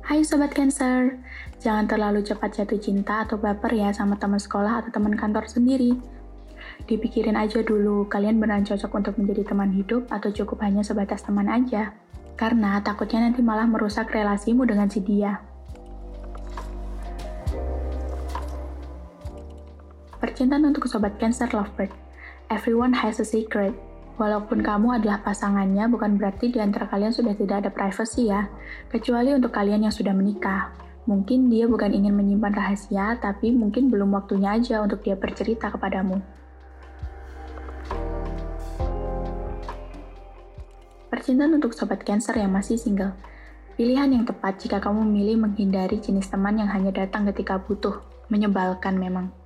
Hai Sobat Cancer, jangan terlalu cepat jatuh cinta atau baper ya sama teman sekolah atau teman kantor sendiri. Dipikirin aja dulu, kalian beneran cocok untuk menjadi teman hidup atau cukup hanya sebatas teman aja? Karena takutnya nanti malah merusak relasimu dengan si dia. Percintaan untuk Sobat Cancer Lovebird. Everyone has a secret. Walaupun kamu adalah pasangannya, bukan berarti di antara kalian sudah tidak ada privacy ya. Kecuali untuk kalian yang sudah menikah. Mungkin dia bukan ingin menyimpan rahasia, tapi mungkin belum waktunya aja untuk dia bercerita kepadamu. Percintaan untuk Sobat Cancer yang masih single. Pilihan yang tepat jika kamu memilih menghindari jenis teman yang hanya datang ketika butuh. Menyebalkan memang.